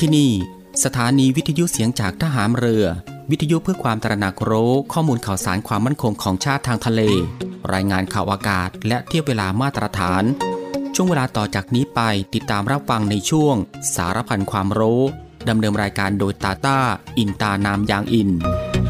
ที่นี่สถานีวิทยุเสียงจากทหารเรือวิทยุเพื่อความตระหนักรู้ข้อมูลข่าวสารความมั่นคงของชาติทางทะเลรายงานข่าวอากาศและเทียบเวลามาตรฐานช่วงเวลาต่อจากนี้ไปติดตามรับฟังในช่วงสารพันความรู้ดำเนินรายการโดยตาต้าอินตานามยางอิน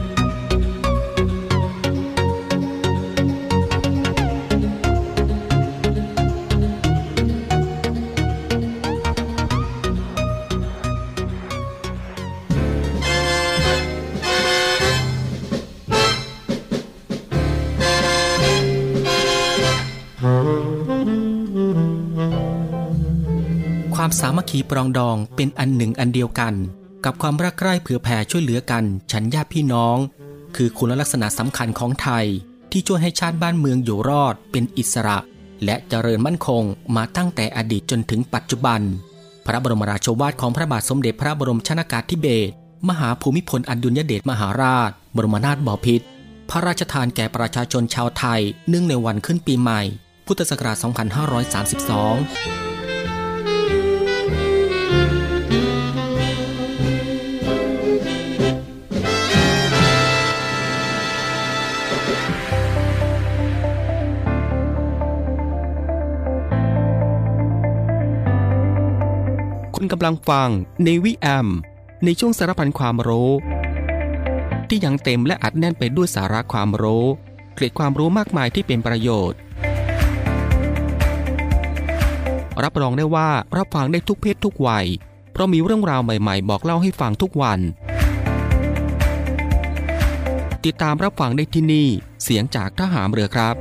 ความสามัคคีปรองดองเป็นอันหนึ่งอันเดียวกันกับความรักใคร่เผื่อแผ่ช่วยเหลือกันฉันญาติพี่น้องคือคุณลักษณะสำคัญของไทยที่ช่วยให้ชาติบ้านเมืองอยู่รอดเป็นอิสระและเจริญมั่นคงมาตั้งแต่อดีตจนถึงปัจจุบันพระบรมราโชวาทของพระบาทสมเด็จพระบรมชนกาธิเบศรมหาภูมิพลอดุลยเดชมหาราชบรมนาถบพิตรพระราชทานแก่ประชาชนชาวไทยเนื่องในวันขึ้นปีใหม่พุทธศักราช 2532คุณกำลังฟัง Navy AM ในช่วงสารพันความรู้ที่ยังเต็มและอัดแน่นไปด้วยสาระความรู้เกร็ดความรู้มากมายที่เป็นประโยชน์รับรองได้ว่ารับฟังได้ทุกเพศทุกวัยเพราะมีเรื่องราวใหม่ๆบอกเล่าให้ฟังทุกวันติดตามรับฟังได้ที่นี่เสียงจากทหารเรือครับ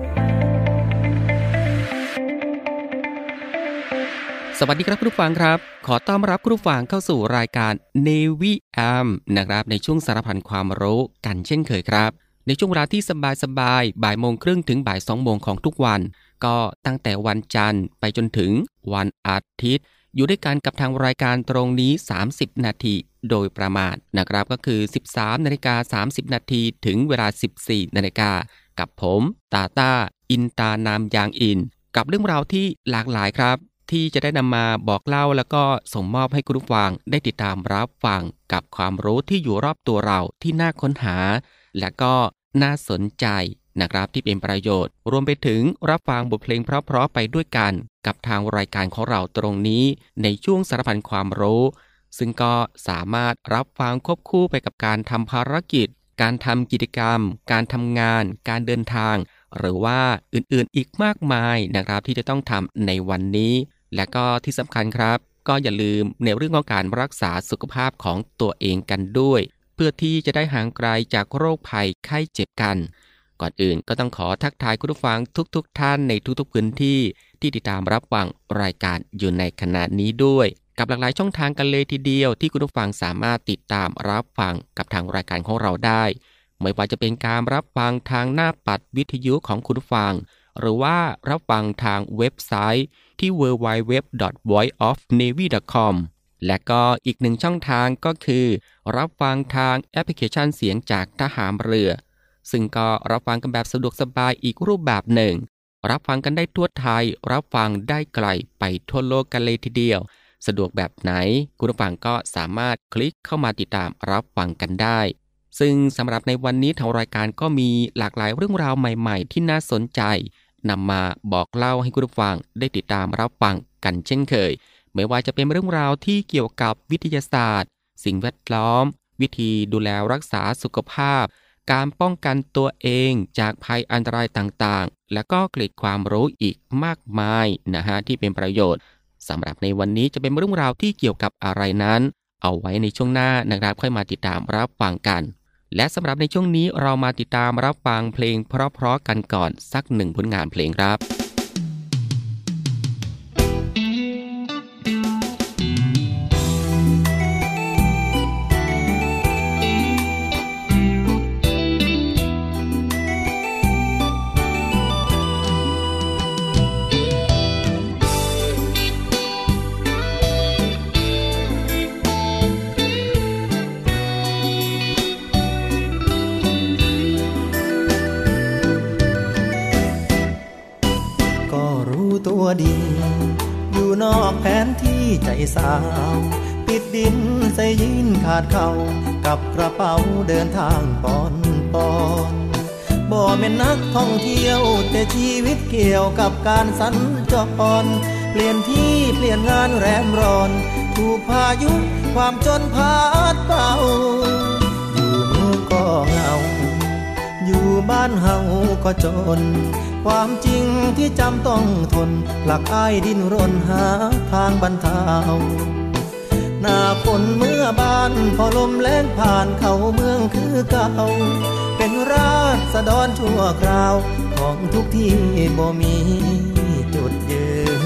สวัสดีครับคุณผู้ฟังครับขอต้อนรับคุณผู้ฟังเข้าสู่รายการ Navy AM นะครับในช่วงสารพันความรู้กันเช่นเคยครับในช่วงเวลาที่สบายๆ บ่ายโมงครึ่งถึงบ่าย2โมงของทุกวันก็ตั้งแต่วันจันทร์ไปจนถึงวันอาทิตย์อยู่ด้วยกันกับทางรายการตรงนี้30นาทีโดยประมาณนะครับก็คือ 13:30 นาทีถึงเวลา 14:00 นกับผมตาต้าอินตานามยางอินกับเรื่องราวที่หลากหลายครับที่จะได้นำมาบอกเล่าแล้วก็ส่งมอบให้คุณผู้ฟังได้ติดตามรับฟังกับความรู้ที่อยู่รอบตัวเราที่น่าค้นหาและก็น่าสนใจนะครับที่เป็นประโยชน์รวมไปถึงรับฟังบทเพลงเพราะๆไปด้วยกันกับทางรายการของเราตรงนี้ในช่วงสารพันความรู้ซึ่งก็สามารถรับฟังควบคู่ไปกับการทำภารกิจการทำกิจกรรมการทำงานการเดินทางหรือว่าอื่นๆอีกมากมายนะครับที่จะต้องทำในวันนี้และก็ที่สำคัญครับก็อย่าลืมในเรื่องของการรักษาสุขภาพของตัวเองกันด้วยเพื่อที่จะได้ห่างไกลจากโรคภัยไข้เจ็บกันก่อนอื่นก็ต้องขอทักทายคุณผู้ฟังทุกท่านในทุกๆพื้นที่ที่ติดตามรับฟังรายการอยู่ในขณะนี้ด้วยกับหลากหลายช่องทางกันเลยทีเดียวที่คุณผู้ฟังสามารถติดตามรับฟังกับทางรายการของเราได้ไม่ว่าจะเป็นการรับฟังทางหน้าปัดวิทยุของคุณผู้ฟังหรือว่ารับฟังทางเว็บไซต์ที่ www.voiceofnavy.com และก็อีกหนึ่งช่องทางก็คือรับฟังทางแอปพลิเคชันเสียงจากทหารเรือซึ่งก็รับฟังกันแบบสะดวกสบายอีกรูปแบบหนึ่งรับฟังกันได้ทั่วไทยรับฟังได้ไกลไปทั่วโลกกันเลยทีเดียวสะดวกแบบไหนคุณผู้ฟังก็สามารถคลิกเข้ามาติดตามรับฟังกันได้ซึ่งสำหรับในวันนี้ทางรายการก็มีหลากหลายเรื่องราวใหม่ๆที่น่าสนใจนำมาบอกเล่าให้คุณผู้ฟังได้ติดตามรับฟังกันเช่นเคยไม่ว่าจะเป็นเรื่องราวที่เกี่ยวกับวิทยาศาสตร์สิ่งแวดล้อมวิธีดูแลรักษาสุขภาพการป้องกันตัวเองจากภัยอันตรายต่างๆและก็เกร็ดความรู้อีกมากมายนะฮะที่เป็นประโยชน์สำหรับในวันนี้จะเป็นเรื่องราวที่เกี่ยวกับอะไรนั้นเอาไว้ในช่วงหน้านะครับค่อยมาติดตามรับฟังกันและสำหรับในช่วงนี้เรามาติดตามรับฟังเพลงเพราะๆกันก่อนสักหนึ่งผลงานเพลงครับตัวดีอยู่นอกแผนที่ใจสาวติดดินใส่ยีนขาดเข่ากับกระเป๋าเดินทางปอนบ่แม่นนักท่องเที่ยวแต่ชีวิตเกี่ยวกับการสัญจรเปลี่ยนที่เปลี่ยนงานแรมร้อนถูกพายุความจนพัดเป่าอยู่เมืองก็เหงาอยู่บ้านเฮาก็จนความจริงที่จำต้องทนหลักอ้ายดิ้นรนหาทางบรรเทาหน้าฝนเมื่อบานพอลมแล้งผ่านเข้าเมืองคือเก่าเป็นราษฎรชั่วคราวของทุกที่บ่มีจุดยืน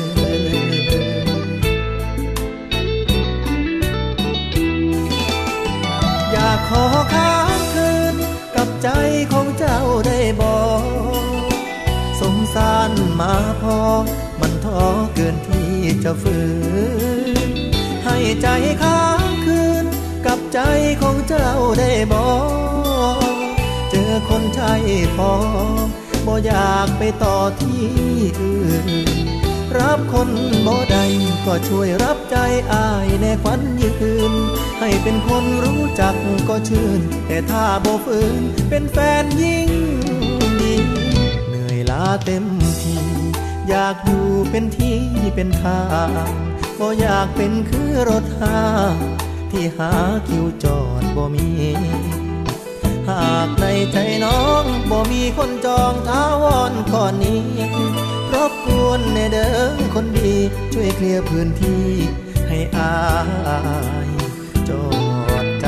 อยากขอค้างคืนกับใจของเจ้าได้บ่สงสารมาพอมันท้อเกินที่จะฝืนให้ใจค้างคืนกับใจของเจ้าได้บ่เจอคนใช่พอบ่อยากไปต่อที่อื่นรับคนบ่ได้ก็ช่วยรับใจอ้ายในควันยืนให้เป็นคนรู้จักก็ชื่นแต่ถ้าบ่ฝืนเป็นแฟนยิ่งดีเหนื่อยล้าเต็มทีอยากอยู่เป็นที่เป็นทางบ่อยากเป็นคือรถหาที่หาคิวจอดบ่มีหากในใจน้องบ่มีคนจองท้าวรก่อนนี้รบกวนในเดิมคนดีช่วยเคลียร์พื้นที่ให้อายจอดใจ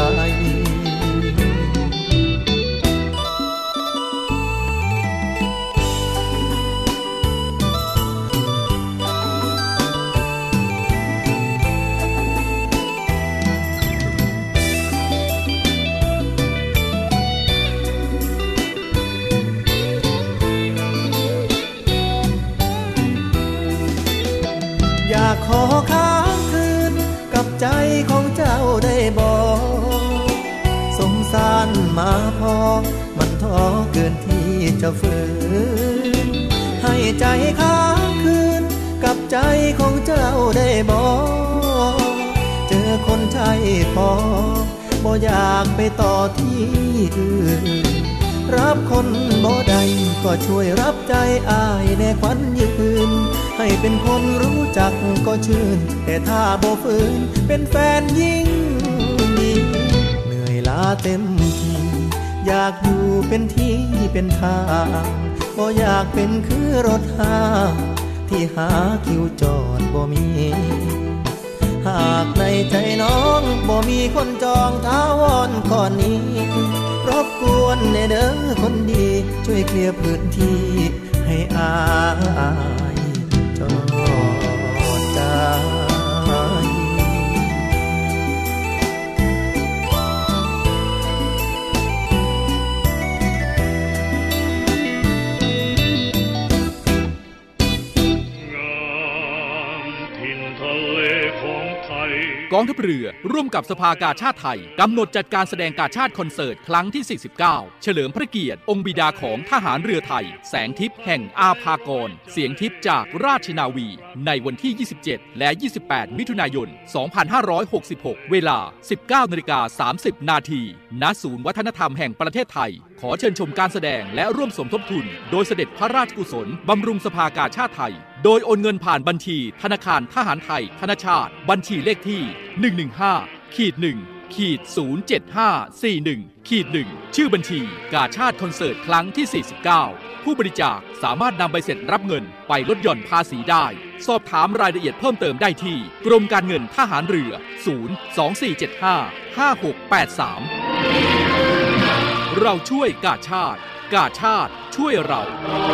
อยากขอค้างคืนกับใจของเจ้าได้บ่สงสารมาพอมันท้อเกินที่จะฝืนให้ใจค้างคืนกับใจของเจ้าได้บ่เจอคนใช่พอบ่อยากไปต่อที่อื่นรับคนบ่ได้ก็ช่วยรับใจอ้ายในควันยืนให้เป็นคนรู้จักก็ชื่นแต่ถ้าบ่ฝืนเป็นแฟนยิ่งดีเหนื่อยล้าเต็มทีอยากอยู่เป็นที่เป็นทางบ่อยากเป็นคือรถหาที่หาคิวจอดบ่มีหากในใจน้องบ่มีคนจองท้าวรก่อนนี้รบกวนในเด้อคนดีช่วยเคลียร์พื้นที่ให้อายจอดใจกองทัพเรือร่วมกับสภากาชาดไทยกำหนดจัดการแสดงกาชาดคอนเสิร์ตครั้งที่ 49 เฉลิมพระเกียรติองค์บิดาของทหารเรือไทยแสงทิพย์แห่งอาภากรเสียงทิพย์จากราชนาวีในวันที่ 27 และ 28 มิถุนายน 2566 เวลา 19:30 น.ณ ศูนย์วัฒนธรรมแห่งประเทศไทยขอเชิญชมการแสดงและร่วมสมทบทุนโดยเสด็จพระราชกุศลบำรุงสภากาชาดไทยโดยโอนเงินผ่านบัญชีธนาคารทหารไทยธนชาติบัญชีเลขที่ 115-1-07541-1 ชื่อบัญชีกาชาดคอนเสิร์ตครั้งที่ 49 ผู้บริจาคสามารถนำใบเสร็จรับเงินไปลดหย่อนภาษีได้สอบถามรายละเอียดเพิ่มเติมได้ที่กรมการเงินทหารเรือ 024755683 เราช่วยกาชาดกาชาดช่วยเรา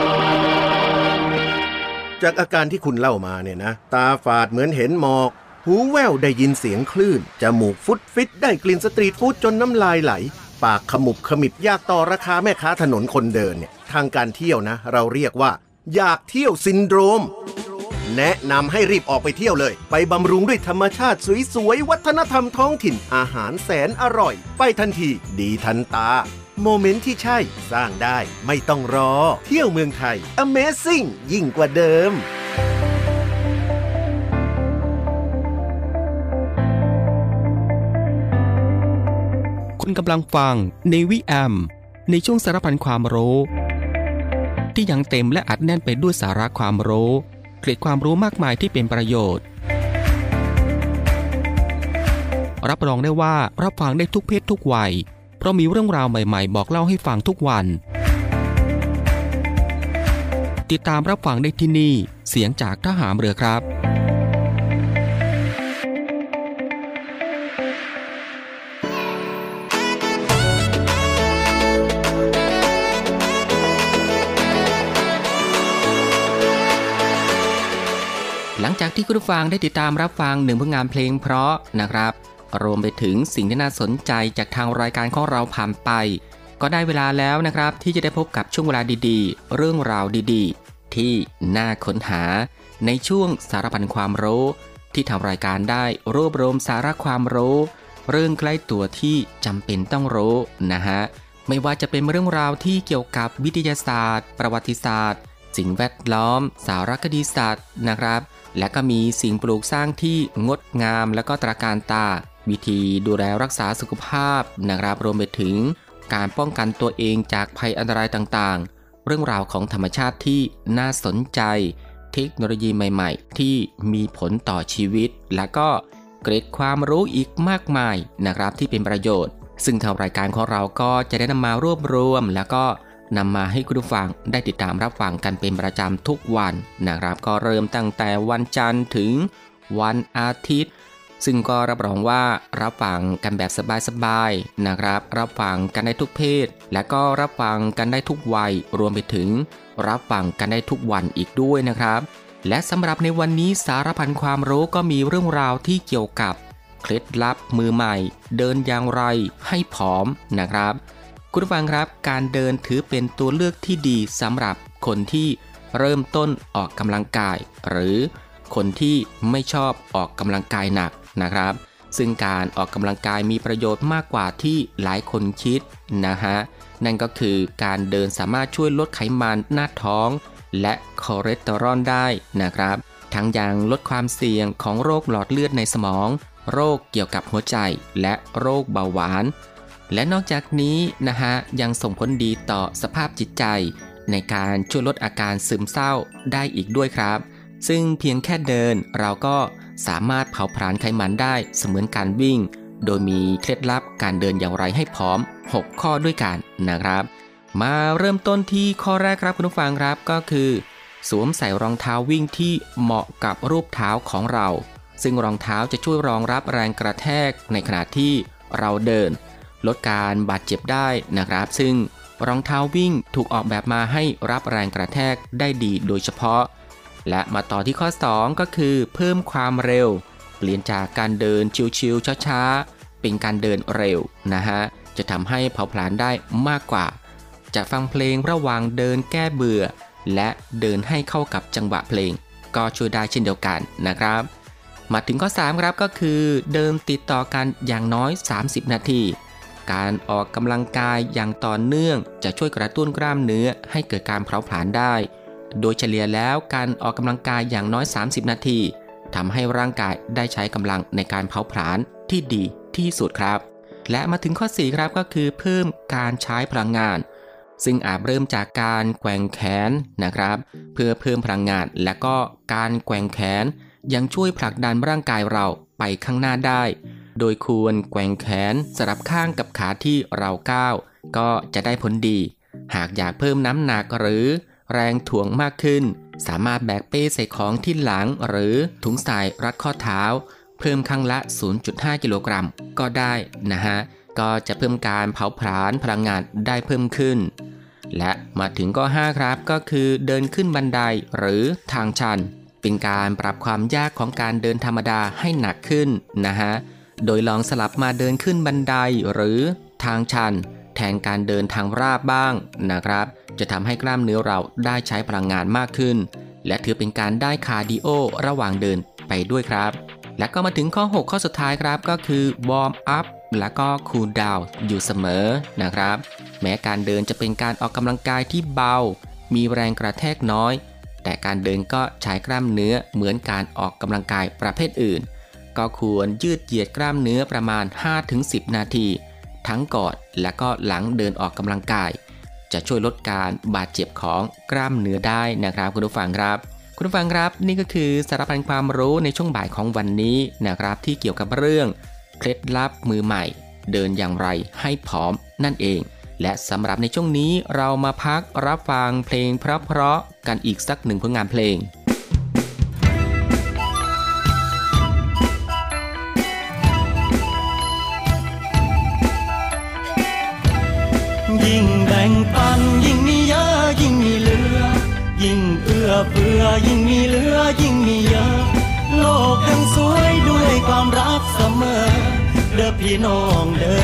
จากอาการที่คุณเล่ามาเนี่ยนะตาฝาดเหมือนเห็นหมอกหูแว่วได้ยินเสียงคลื่นจมูกฟุดฟิตได้กลิ่นสตรีทฟู้ดจนน้ำลายไหลปากขมุบขมิบอยากต่อราคาแม่ค้าถนนคนเดินเนี่ยทางการเที่ยวนะเราเรียกว่าอยากเที่ยวซินโดรมแนะนำให้รีบออกไปเที่ยวเลยไปบำรุงด้วยธรรมชาติสวยๆวัฒนธรรมท้องถิ่นอาหารแสนอร่อยไปทันทีดีทันตาโมเมนต์ที่ใช่สร้างได้ไม่ต้องรอเที่ยวเมืองไทย Amazing ยิ่งกว่าเดิมคุณกำลังฟัง Navy AM ในช่วงสารพันความรู้ที่ยังเต็มและอัดแน่นไปด้วยสาระความรู้เกร็ดความรู้มากมายที่เป็นประโยชน์รับรองได้ว่ารับฟังได้ทุกเพศทุกวัยเพราะมีเรื่องราวใหม่ๆบอกเล่าให้ฟังทุกวันติดตามรับฟังได้ที่นี่เสียงจากทหารเรือครับหลังจากที่คุณผู้ฟังได้ติดตามรับฟังหนึ่งผลงานเพลงเพราะนะครับรวมไปถึงสิ่งที่น่าสนใจจากทางรายการของเราผ่านไปก็ได้เวลาแล้วนะครับที่จะได้พบกับช่วงเวลาดีๆเรื่องราวดีๆที่น่าค้นหาในช่วงสารพันความรู้ที่ทางรายการได้รวบรวมสาระความรู้เรื่องใกล้ตัวที่จำเป็นต้องรู้นะฮะไม่ว่าจะเป็นเรื่องราวที่เกี่ยวกับวิทยาศาสตร์ประวัติศาสตร์สิ่งแวดล้อมสารคดีสัตว์นะครับและก็มีสิ่งปลูกสร้างที่งดงามและก็ตระการตาวิธีดูแลรักษาสุขภาพนะครับรวมไปถึงการป้องกันตัวเองจากภัยอันตรายต่างๆเรื่องราวของธรรมชาติที่น่าสนใจเทคโนโลยีใหม่ๆที่มีผลต่อชีวิตและก็เกร็ดความรู้อีกมากมายนะครับที่เป็นประโยชน์ซึ่งทางรายการของเราก็จะได้นำมารวบรวมแล้วก็นำมาให้คุณผู้ฟังได้ติดตามรับฟังกันเป็นประจำทุกวันนะครับก็เริ่มตั้งแต่วันจันทร์ถึงวันอาทิตย์ซึ่งก็รับรองว่ารับฟังกันแบบสบายๆนะครับรับฟังกันได้ทุกเพศและก็รับฟังกันได้ทุกวัยรวมไปถึงรับฟังกันได้ทุกวันอีกด้วยนะครับและสำหรับในวันนี้สารพันความรู้ก็มีเรื่องราวที่เกี่ยวกับเคล็ดลับมือใหม่เดินอย่างไรให้ผอมนะครับคุณผู้ฟังครับการเดินถือเป็นตัวเลือกที่ดีสำหรับคนที่เริ่มต้นออกกำลังกายหรือคนที่ไม่ชอบออกกำลังกายหนักนะครับซึ่งการออกกำลังกายมีประโยชน์มากกว่าที่หลายคนคิดนะฮะนั่นก็คือการเดินสามารถช่วยลดไขมันหน้าท้องและคอเลสเตอรอลได้นะครับทั้งยังลดความเสี่ยงของโรคหลอดเลือดในสมองโรคเกี่ยวกับหัวใจและโรคเบาหวานและนอกจากนี้นะฮะยังส่งผลดีต่อสภาพจิตใจในการช่วยลดอาการซึมเศร้าได้อีกด้วยครับซึ่งเพียงแค่เดินเราก็สามารถเผาผลาญไขมันได้เสมือนการวิ่งโดยมีเคล็ดลับการเดินอย่างไรให้ผอม6ข้อด้วยกันนะครับมาเริ่มต้นที่ข้อแรกครับคุณผู้ฟังครับก็คือสวมใส่รองเท้าวิ่งที่เหมาะกับรูปเท้าของเราซึ่งรองเท้าจะช่วยรองรับแรงกระแทกในขณะที่เราเดินลดการบาดเจ็บได้นะครับซึ่งรองเท้าวิ่งถูกออกแบบมาให้รับแรงกระแทกได้ดีโดยเฉพาะและมาต่อที่ข้อ2ก็คือเพิ่มความเร็วเปลี่ยนจากการเดินชิวๆช้าๆเป็นการเดินเร็วนะฮะจะทำให้เผาผลาญได้มากกว่าจะฟังเพลงระหว่างเดินแก้เบื่อและเดินให้เข้ากับจังหวะเพลงก็ช่วยได้เช่นเดียวกันนะครับมาถึงข้อ3ครับก็คือเดินติดต่อกันอย่างน้อย30นาทีการออกกำลังกายอย่างต่อเนื่องจะช่วยกระตุ้นกล้ามเนื้อให้เกิดการเผาผลาญได้โดยเฉลี่ยแล้วการออกกำลังกายอย่างน้อย30นาทีทำให้ร่างกายได้ใช้กำลังในการเผาผลาญที่ดีที่สุดครับและมาถึงข้อ4ครับก็คือเพิ่มการใช้พลังงานซึ่งอาจเริ่มจากการแกว่งแขนนะครับเพื่อเพิ่มพลังงานและก็การแกว่งแขนยังช่วยผลักดันร่างกายเราไปข้างหน้าได้โดยควรแกว่งแขนสลับข้างกับขาที่เราก้าวก็จะได้ผลดีหากอยากเพิ่มน้ำหนักหรือแรงถ่วงมากขึ้นสามารถแบกเป้ใส่ของที่หลังหรือถุงใส่รัดข้อเท้าเพิ่มครั้งละ 0.5 กิโลกรัมก็ได้นะฮะก็จะเพิ่มการเผาผลาญพลังงานได้เพิ่มขึ้นและมาถึงข้อ5ครับก็คือเดินขึ้นบันไดหรือทางชันเป็นการปรับความยากของการเดินธรรมดาให้หนักขึ้นนะฮะโดยลองสลับมาเดินขึ้นบันไดหรือทางชันแทนการเดินทางราบบ้างนะครับจะทำให้กล้ามเนื้อเราได้ใช้พลังงานมากขึ้นและถือเป็นการได้คาร์ดิโอระหว่างเดินไปด้วยครับและก็มาถึงข้อ6ข้อสุดท้ายครับก็คือวอร์มอัพและก็คูลดาวน์อยู่เสมอนะครับแม้การเดินจะเป็นการออกกำลังกายที่เบามีแรงกระแทกน้อยแต่การเดินก็ใช้กล้ามเนื้อเหมือนการออกกำลังกายประเภทอื่นก็ควรยืดเหยียดกล้ามเนื้อประมาณ 5-10 นาทีททั้งก่อนและก็หลังเดินออกกำลังกายจะช่วยลดการบาดเจ็บของกล้ามเนื้อได้นะครับคุณผู้ฟังครับคุณผู้ฟังครับนี่ก็คือสาระพันความรู้ในช่วงบ่ายของวันนี้นะครับที่เกี่ยวกับเรื่องเคล็ดลับมือใหม่เดินอย่างไรให้ผอมนั่นเองและสำหรับในช่วงนี้เรามาพักรับฟังเพลงเพราะๆกันอีกสักหนึ่งผลงานเพลงยิ่งแบ่งปันยิ่งมีเยอะยิ่งมีเหลือยิ่งเอื้อเฟื้อยิ่งมีเหลือยิ่งมีเยอะโลกยังสวยด้วยความรักเสมอเด้อพี่น้องเด้อ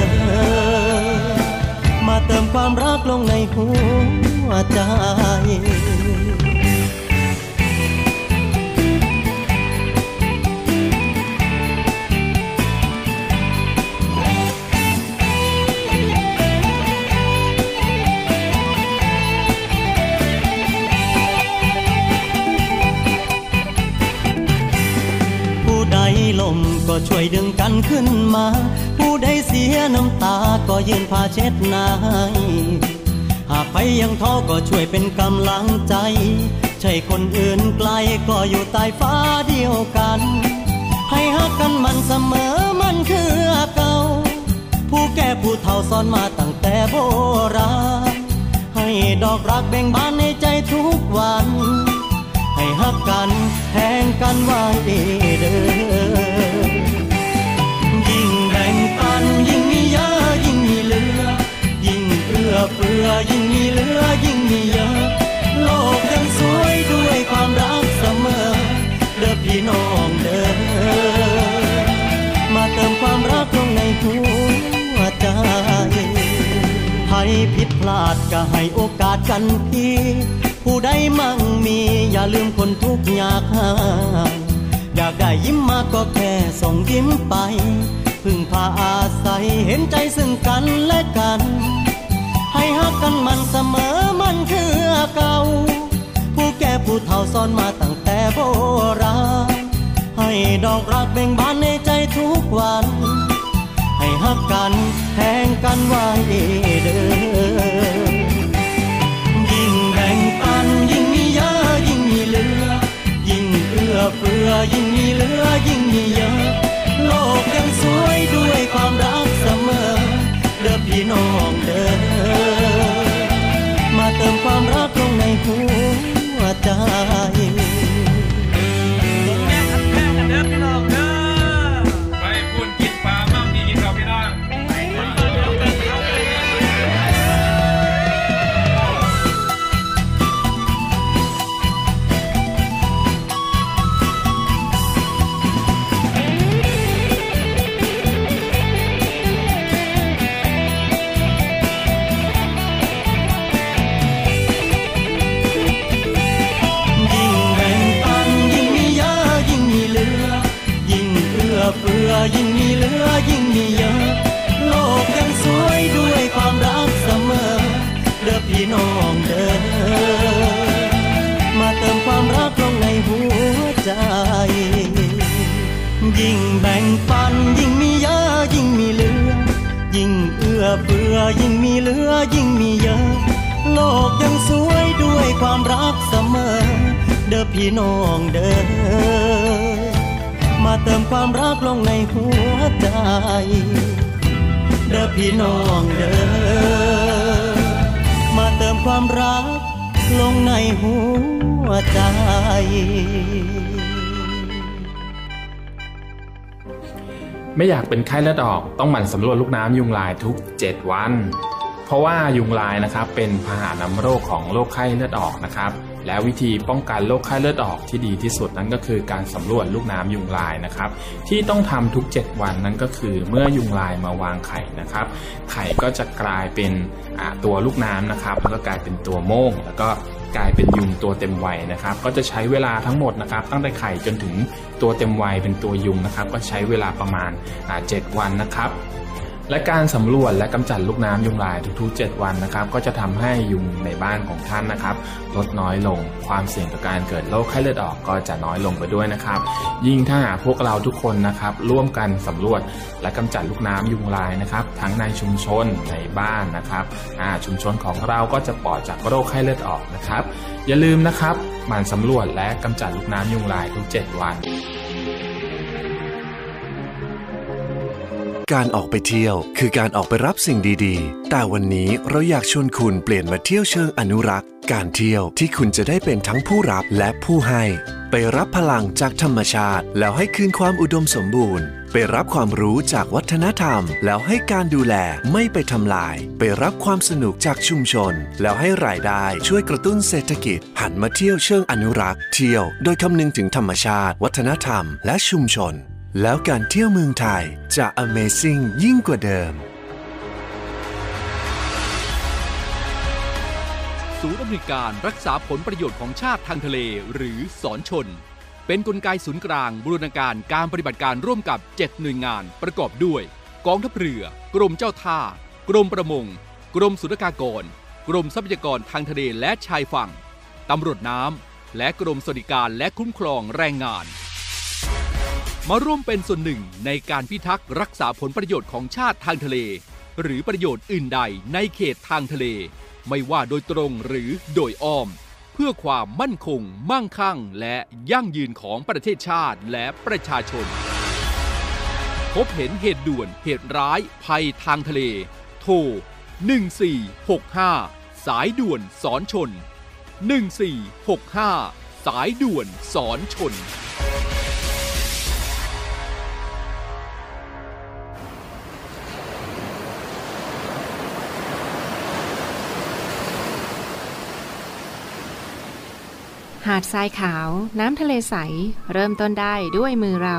มาเติมความรักลงในหัวใจลมก็ช่วยดึงกันขึ้นมาผู้ใดเสียน้ำตาก็ยืนผ้าเช็ดหน้าให้หากไปยังท้อก็ช่วยเป็นกำลังใจใช่คนอื่นไกลก็อยู่ใต้ฟ้าเดียวกันให้ฮักกันมันเสมอมันคือเก่าผู้แก่ผู้เฒ่าสอนมาตั้งแต่โบราณให้ดอกรักเบ่งบานในใจทุกวันให้ฮักกันแทงกันไว้เด้อยิ่งแบ่งปันยิ่งมีเยอะยิ่งมีเหลือยิ่งเอื้อเฟื้อยิ่งมีเหลือยิ่งมีเยอะโลกยังสวยด้วยความรักเสมอเด้อพี่น้องเด้อมาเติมความรักลงในหัวใจให้ผิดพลาดก็ให้โอกาสกันพี่ผู้ใดมั่งมีอย่าลืมคนทุกข์ยากหายอยากได้ยิ้มมาก็แค่ส่งยิ้มไปพึ่งพาอาศัยเห็นใจซึ่งกันและกันให้ฮักกันมันเสมอมันคือเก่าผู้แก่ผู้เฒ่าสอนมาตั้งแต่โบราณให้ดอกรักเบ่งบานในใจทุกวันให้ฮักกันแทงกันไว้เด้อยิ่งแบ่งปันยิ่งมีเยอะยิ่งมีเหลือยิ่งเอื้อเฟื้อยิ่งมีเหลือยิ่งมีเยอะโลกยังสวยด้วยความรักเสมอเด้อพี่น้องเด้อมาเติมความรักลงในหัวใจแม่คันแม่กันเด้อพี่น้องเด้อไปพูดกินปลามั่งดีกินข้าวพี่น้องเฟื้อยิ่งมีเหลือยิ่งมีเยอะโลกยังสวยด้วยความรักเสมอเด้อพี่น้องเด้อมาเติมความรักลงในหัวใจยิ่งแบ่งปันยิ่งมีเยอะยิ่งมีเหลือยิ่งเอื้อเฟื้อยิ่งมีเหลือยิ่งมีเยอะโลกยังสวยด้วยความรักเสมอเด้อพี่น้องเด้อมาเติมความรักลงในหัวใจเด้อพี่น้องเด้อมาเติมความรักลงในหัวใจไม่อยากเป็นไข้เลือดออกต้องหมั่นสำรวจลูกน้ำยุงลายทุก7วันเพราะว่ายุงลายนะครับเป็นพาหะนำโรคของโรคไข้เลือดออกนะครับและวิธีป้องกันโรคไข้เลือดออกที่ดีที่สุดนั้นก็คือการสำรวจลูกน้ำยุงลายนะครับที่ต้องทำทุก7วันนั้นก็คือเมื่อยุงลายมาวางไข่นะครับไข่ก็จะกลายเป็นตัวลูกน้ำนะครับแล้วก็กลายเป็นตัวโม่งแล้วก็กลายเป็นยุงตัวเต็มวัยนะครับก็จะใช้เวลาทั้งหมดนะครับตั้งแต่ไข่จนถึงตัวเต็มวัยเป็นตัวยุงนะครับก็ใช้เวลาประมาณ7วันนะครับและการสำรวจและกำจัดลูกน้ำยุงลายทุกๆ7วันนะครับก็จะทำให้ยุงในบ้านของท่านนะครับลดน้อยลงความเสี่ยงต่อการเกิดโรคไข้เลือดออกก็จะน้อยลงไปด้วยนะครับยิ่งถ้าหากพวกเราทุกคนนะครับร่วมกันสำรวจและกำจัดลูกน้ำยุงลายนะครับทั้งในชุมชนในบ้านนะครับชุมชนของเราก็จะปลอดจากโรคไข้เลือดออกนะครับอย่าลืมนะครับหมั่นสำรวจและกำจัดลูกน้ำยุงลายทุก7วันการออกไปเที่ยวคือการออกไปรับสิ่งดีๆแต่วันนี้เราอยากชวนคุณเปลี่ยนมาเที่ยวเชิงอนุรักษ์การเที่ยวที่คุณจะได้เป็นทั้งผู้รับและผู้ให้ไปรับพลังจากธรรมชาติแล้วให้คืนความอุดมสมบูรณ์ไปรับความรู้จากวัฒนธรรมแล้วให้การดูแลไม่ไปทำลายไปรับความสนุกจากชุมชนแล้วให้รายได้ช่วยกระตุ้นเศรษฐกิจหันมาเที่ยวเชิงอนุรักษ์เที่ยวโดยคำนึงถึงธรรมชาติวัฒนธรรมและชุมชนแล้วการเที่ยวเมืองไทยจะ Amazing ยิ่งกว่าเดิมศูนย์อำนวยการรักษาผลประโยชน์ของชาติทางทะเลหรือศรชนเป็นกลไกศูนย์กลางบูรณาการการปฏิบัติการร่วมกับ7หน่วยงานประกอบด้วยกองทัพเรือกรมเจ้าท่ากรมประมงกรมศุลกากรกรมทรัพยากรทางทะเลและชายฝั่งตำรวจน้ำและกรมสวัสดิการและคุ้มครองแรงงานมาร่วมเป็นส่วนหนึ่งในการพิทักษ์รักษาผลประโยชน์ของชาติทางทะเลหรือประโยชน์อื่นใดในเขตทางทะเลไม่ว่าโดยตรงหรือโดยอ้อมเพื่อความมั่นคงมั่งคั่งและยั่งยืนของประเทศชาติและประชาชนพบเห็นเหตุด่วนเหตุร้ายภัยทางทะเลโทร1465สายด่วนสอนชน1465สายด่วนสอนชนหาดทรายขาวน้ำทะเลใสเริ่มต้นได้ด้วยมือเรา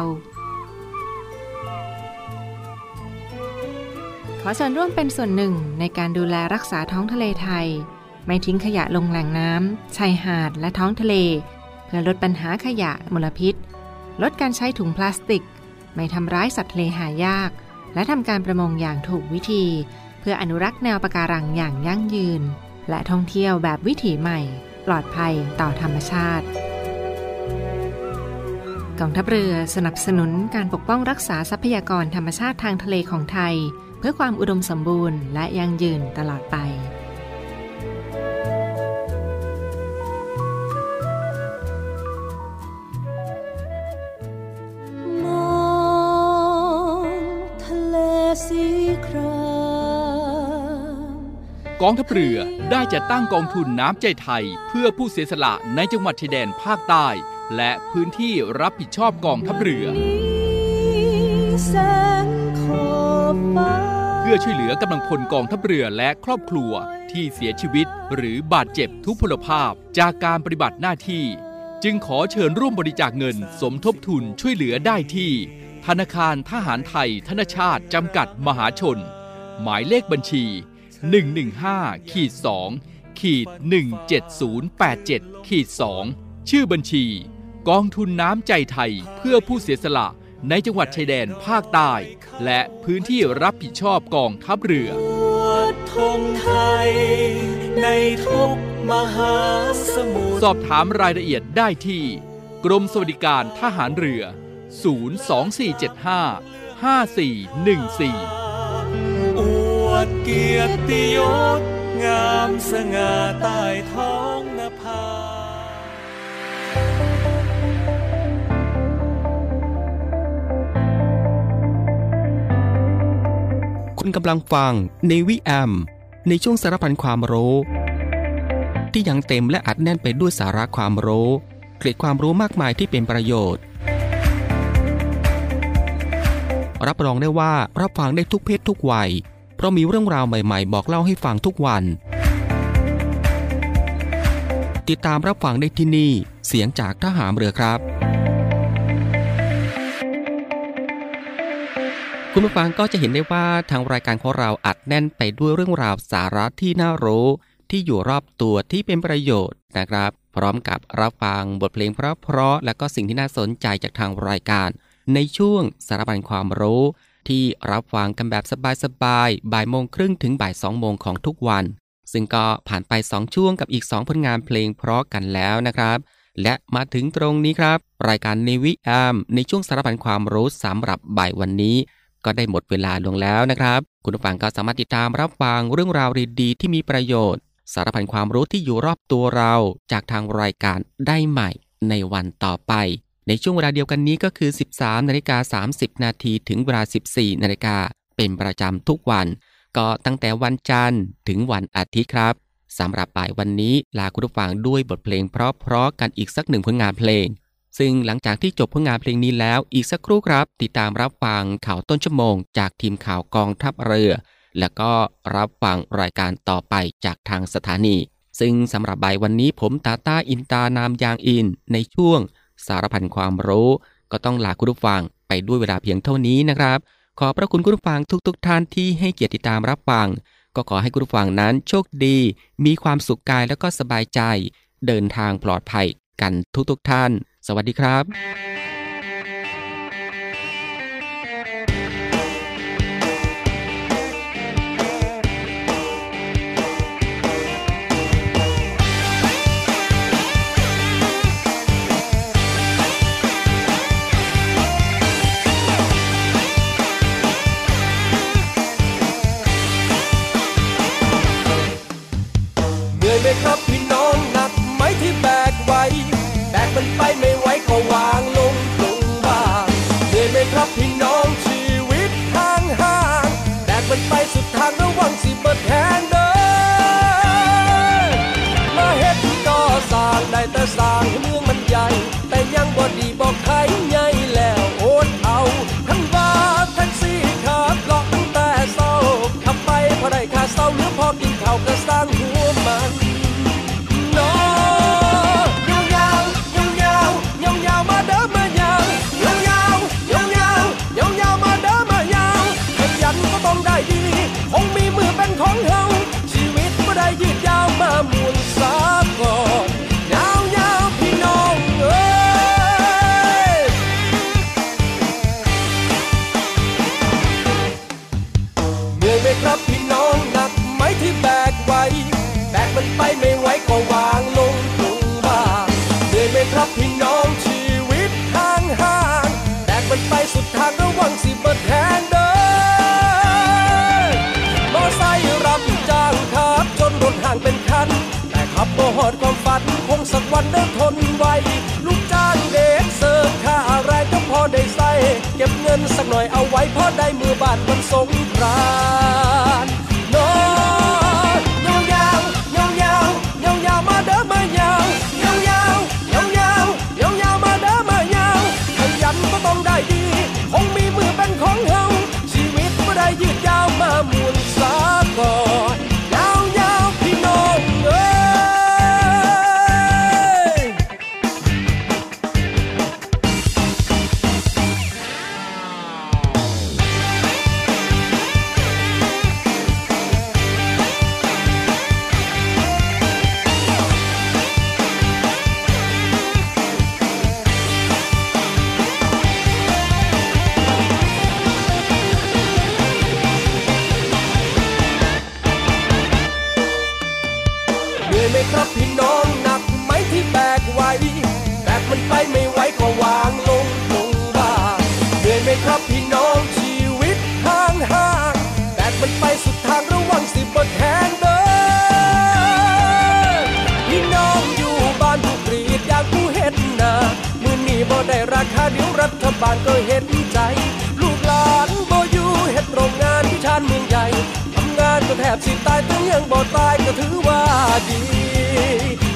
ขอเชิญร่วมเป็นส่วนหนึ่งในการดูแลรักษาท้องทะเลไทยไม่ทิ้งขยะลงแหล่งน้ำชายหาดและท้องทะเลเพื่อลดปัญหาขยะมลพิษลดการใช้ถุงพลาสติกไม่ทำร้ายสัตว์ทะเลหายากและทำการประมงอย่างถูกวิธีเพื่ออนุรักษ์แนวปะการังอย่างยั่งยืนและท่องเที่ยวแบบวิถีใหม่ปลอดภัยต่อธรรมชาติกองทัพเรือสนับสนุนการปกป้องรักษาทรัพยากรธรรมชาติทางทะเลของไทยเพื่อความอุดมสมบูรณ์และยั่งยืนตลอดไปมองทะเลสีครามกองทัพเรือได้จัดตั้งกองทุนน้ำใจไทยเพื่อผู้เสียสละในจังหวัดชายแดนภาคใต้และพื้นที่รับผิดชอบกองทัพเรือเพื่อช่วยเหลือกำลังพลกองทัพเรือและครอบครัวที่เสียชีวิตหรือบาดเจ็บทุพพลภาพจากการปฏิบัติหน้าที่จึงขอเชิญร่วมบริจาคเงินสมทบทุนช่วยเหลือได้ที่ธนาคารทหารไทยธนชาติจำกัดมหาชนหมายเลขบัญชี115-2-17087-2ชื่อบัญชีกองทุนน้ำใจไทยเพื่อผู้เสียสละในจังหวัดชายแดนภาคใต้และพื้นที่รับผิดชอบกองทัพเรือธงไทยในทุกมหาสมุทรสอบถามรายละเอียดได้ที่กรมสวัสดิการทหารเรือ024755414 เกียรติยศงามสง่าใต้ท้องนภาคุณกำลังฟัง Navy AM ในช่วงสารพันความรู้ที่ยังเต็มและอัดแน่นไปด้วยสาระความรู้เกร็ดความรู้มากมายที่เป็นประโยชน์รับรองได้ว่ารับฟังได้ทุกเพศทุกวัยเพราะมีเรื่องราวใหม่ๆบอกเล่าให้ฟังทุกวันติดตามรับฟังได้ที่นี่เสียงจากทหารเรือครับคุณผู้ฟังก็จะเห็นได้ว่าทางรายการของเราอัดแน่นไปด้วยเรื่องราวสาระที่น่ารู้ที่อยู่รอบตัวที่เป็นประโยชน์นะครับพร้อมกับรับฟังบทเพลงเพราะๆและก็สิ่งที่น่าสนใจจากทางรายการในช่วงสารพันความรู้ที่รับฟังกันแบบสบายๆบ่ายโมงครึ่งถึงบ่าย2โมงของทุกวันซึ่งก็ผ่านไป2ช่วงกับอีก2ผลงานเพลงเพราะกันแล้วนะครับและมาถึงตรงนี้ครับรายการเนวิแอมในช่วงสารพันความรู้สำหรับบ่ายวันนี้ก็ได้หมดเวลาลงแล้วนะครับคุณผู้ฟังก็สามารถติดตามรับฟังเรื่องราวดีๆที่มีประโยชน์สารพันความรู้ที่อยู่รอบตัวเราจากทางรายการได้ใหม่ในวันต่อไปในช่วงเวลาเดียวกันนี้ก็คือ 13:30 นาทีถึงเวลา 14 นาฬิกาเป็นประจำทุกวันก็ตั้งแต่วันจันทร์ถึงวันอาทิตย์ครับสำหรับบ่ายวันนี้ลาคุณผู้ฟังด้วยบทเพลงเพราะๆกันอีกสักหนึ่งผลงานเพลงซึ่งหลังจากที่จบผลงานเพลงนี้แล้วอีกสักครู่ครับติดตามรับฟังข่าวต้นชั่วโมงจากทีมข่าวกองทัพเรือแล้วก็รับฟังรายการต่อไปจากทางสถานีซึ่งสำหรับบ่ายวันนี้ผมตาต้าอินตานามยางอินในช่วงสารพันความรู้ก็ต้องลาคุณผู้ฟังไปด้วยเวลาเพียงเท่านี้นะครับขอพระคุณคุณผู้ฟังทุกท่านที่ให้เกียรติติดตามรับฟังก็ขอให้คุณผู้ฟังนั้นโชคดีมีความสุขกายและก็สบายใจเดินทางปลอดภัยกันทุกท่านสวัสดีครับไหมครับพี่น้องหนักไหมที่แบกไว้แบกมันไปไม่ไหวก็วางลงบ้างเหนื่อยไหมครับพี่น้องชีวิตห่างแบกมันไปสุดทางระวังสิเบิดแทนเด้อมาเฮ็ดก็สร้างได้แต่สร้างให้เมืองมันใหญ่แต่ยังบ่ดีบ่ใครใหญ่แล้วอดเอาทั้งว่าแท็กซี่ขับเลาะตั้งแต่เช้าขับไปพอได้ค่าเช้าเหลือพอกินข้าวก็สร้างหัวมันคงมีมือเป็นของเฮาชีวิตบ่ได้ยืดยาวมาหมุนสาก่อนยาวพี่น้องเอ้ยเหนื่อยไหมครับพี่น้องหนักไหมที่แบกไว้แบกมันไปไม่ไหวก็วางลงบ้างเหนื่อยไหมครับพี่น้องชีวิตห่างแบกมันไปสุดทางระวังสิเบิดแทนเด้อใส่รับจ้างขับจนรถห่างเป็นคันแต่ขับบ่ฮอดความฝันคงสักวันได้ทนไว้ลูกจ้างเด็กเสิร์ฟค่าแรงก็พอได้ใส่เก็บเงินสักหน่อยเอาไว้พอได้มือบาทวันสงกรานต์ยาวมาเด้อมายาวยาวมาเด้อมายาวขยันก็ต้องได้ดีคงมีมือเป็นของเฮาชีวิตบ่ได้ยืดยาวมาหมุนสาก่อนยาวพี่น้องเอ้ยไหมครับพี่น้องหนักไหมที่แบกไว้แบกมันไปไม่ไหวก็วางลงบ้างเหนื่อยไหมครับพี่น้องชีวิตห่างแบกมันไปสุดทางระวังสิเบิดแทนเด้อพี่น้องอยู่บ้านผู้กรีดอยากผู้เฮ็ดนามื้อนี้บ่ได้ราคาเดี๋ยวรัฐบาลก็เห็นใจลูกหลานบ่อยู่เฮ็ดโรงงานที่ชานเมืองใหญ่ทำงานก็แทบสิตายแต่ยังบ่ตายก็ถือว่าดี